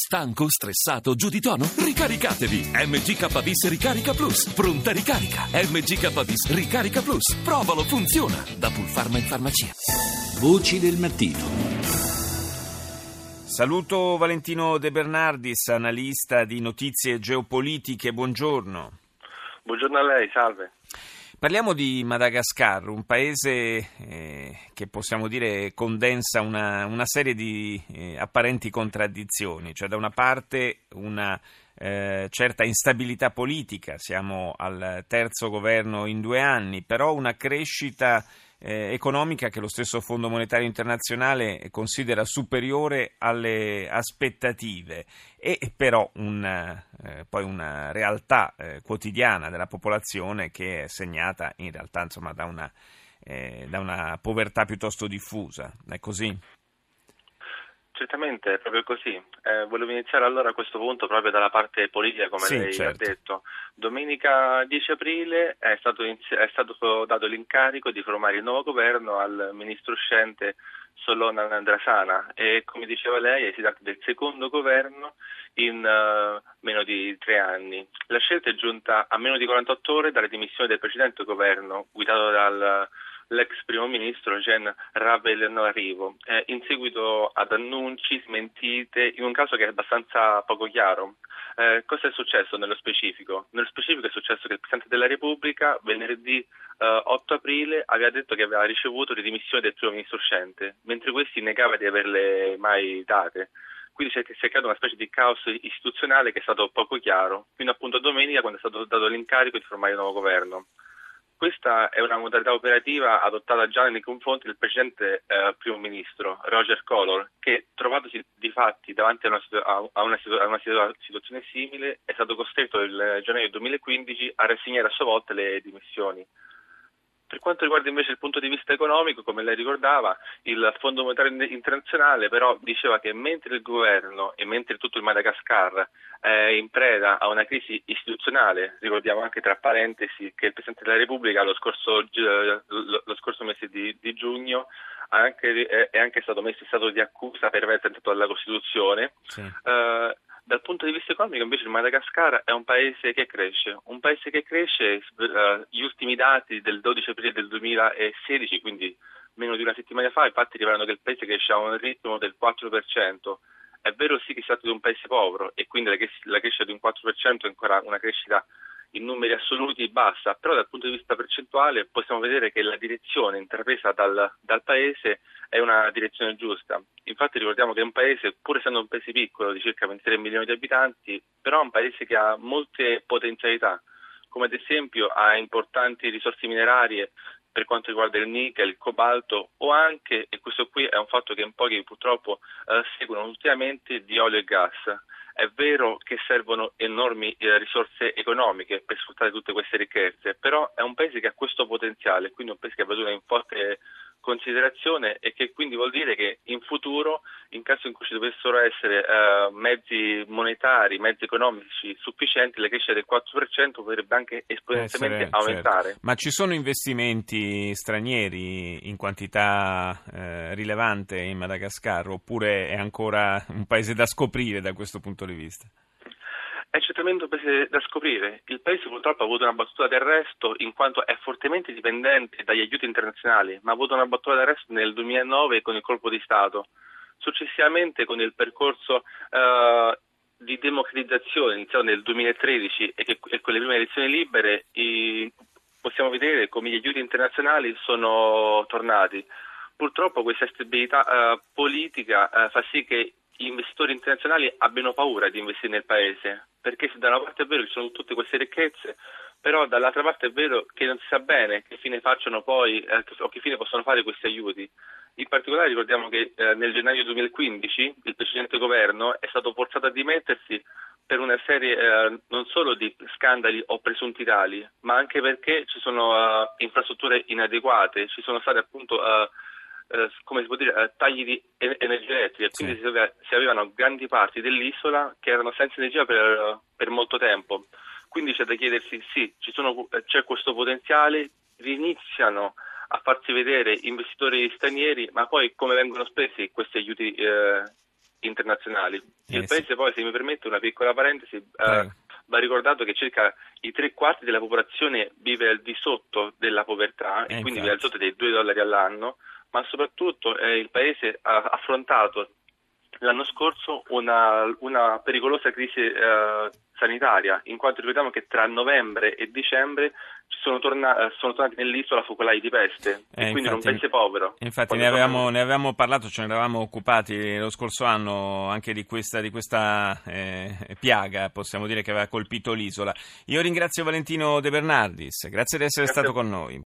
Stanco, stressato, giù di tono? Ricaricatevi! MGKBIS Ricarica Plus. Pronta ricarica. MGKBIS Ricarica Plus. Provalo, funziona. Da Pulpharma in farmacia. Voci del mattino. Saluto Valentino De Bernardis, analista di notizie geopolitiche. Buongiorno. Buongiorno a lei, salve. Parliamo di Madagascar, un paese che possiamo dire condensa una serie di apparenti contraddizioni, cioè da una parte una certa instabilità politica, siamo al terzo governo in 2 anni, però una crescita economica che lo stesso Fondo Monetario Internazionale considera superiore alle aspettative e però poi una realtà quotidiana della popolazione che è segnata in realtà insomma da una povertà piuttosto diffusa. È così? Certamente, è proprio così. Volevo iniziare allora a questo punto proprio dalla parte politica, come lei certo. ha detto. Domenica 10 aprile è stato dato l'incarico di formare il nuovo governo al ministro uscente Solona Nandrasana e, come diceva lei, si tratta del secondo governo in meno di 3 anni. La scelta è giunta a meno di 48 ore dalle dimissioni del precedente governo, guidato dall'ex primo ministro Jean Ravelnarivo, in seguito ad annunci, smentite, in un caso che è abbastanza poco chiaro. Cosa è successo nello specifico? Nello specifico è successo che il Presidente della Repubblica venerdì 8 aprile aveva detto che aveva ricevuto le dimissioni del primo ministro uscente, mentre questi negava di averle mai date. Quindi si è creato una specie di caos istituzionale che è stato poco chiaro, fino appunto a domenica quando è stato dato l'incarico di formare il nuovo governo. Questa è una modalità operativa adottata già nei confronti del precedente primo ministro, Roger Collor, che trovatosi di fatti davanti a una situazione simile è stato costretto nel gennaio 2015 a rassegnare a sua volta le dimissioni. Per quanto riguarda invece il punto di vista economico, come lei ricordava, il Fondo Monetario Internazionale però diceva che mentre il governo e mentre tutto il Madagascar è in preda a una crisi istituzionale, ricordiamo anche tra parentesi che il Presidente della Repubblica lo scorso mese di giugno è anche stato messo in stato di accusa per aver attentato alla Costituzione. Sì. Dal punto di vista economico invece il Madagascar è un paese che cresce, gli ultimi dati del 12 aprile del 2016, quindi meno di una settimana fa, infatti rivelano che il paese cresce a un ritmo del 4%. È vero sì che si tratta di un paese povero e quindi la crescita di un 4% è ancora una crescita in numeri assoluti bassa, però dal punto di vista percentuale possiamo vedere che la direzione intrapresa dal paese è una direzione giusta. Infatti ricordiamo che è un paese, pur essendo un paese piccolo di circa 23 milioni di abitanti, però è un paese che ha molte potenzialità, come ad esempio ha importanti risorse minerarie per quanto riguarda il nickel, il cobalto o anche, e questo qui è un fatto che in pochi purtroppo seguono ultimamente, di olio e gas. È vero che servono enormi risorse economiche per sfruttare tutte queste ricchezze, però è un paese che ha questo potenziale, quindi un paese che va tenuto in forte considerazione e che quindi vuol dire che in futuro, in caso in cui ci dovessero essere mezzi monetari, mezzi economici sufficienti, la crescita del 4% potrebbe anche esponenzialmente aumentare. Certo. Ma ci sono investimenti stranieri in quantità rilevante in Madagascar oppure è ancora un paese da scoprire da questo punto di vista? È certamente un paese da scoprire. Il paese purtroppo ha avuto una battuta d'arresto in quanto è fortemente dipendente dagli aiuti internazionali, ma ha avuto una battuta d'arresto nel 2009 con il colpo di Stato. Successivamente con il percorso di democratizzazione iniziato nel 2013 e con le prime elezioni libere possiamo vedere come gli aiuti internazionali sono tornati. Purtroppo questa stabilità politica fa sì che gli investitori internazionali abbiano paura di investire nel paese, perché se da una parte è vero che ci sono tutte queste ricchezze, però dall'altra parte è vero che non si sa bene che fine facciano poi o che fine possono fare questi aiuti. In particolare ricordiamo che nel gennaio 2015 il precedente governo è stato forzato a dimettersi per una serie non solo di scandali o presunti tali, ma anche perché ci sono infrastrutture inadeguate, ci sono state appunto come si può dire, tagli di energia elettrica, quindi si avevano grandi parti dell'isola che erano senza energia per molto tempo. Quindi c'è da chiedersi, sì, c'è questo potenziale, iniziano a farsi vedere investitori stranieri, ma poi come vengono spesi questi aiuti internazionali. Il sì. paese poi, se mi permette una piccola parentesi, va ricordato che circa i 3/4 della popolazione vive al di sotto della povertà e quindi vive al sotto dei $2 all'anno, ma soprattutto il paese ha affrontato l'anno scorso una pericolosa crisi sanitaria, in quanto ricordiamo che tra novembre e dicembre sono tornati nell'isola focolai di peste, e quindi era un paese povero. Infatti ne avevamo parlato, ce ne eravamo occupati lo scorso anno anche di questa piaga, possiamo dire, che aveva colpito l'isola. Io ringrazio Valentino De Bernardis, grazie di essere stato con noi.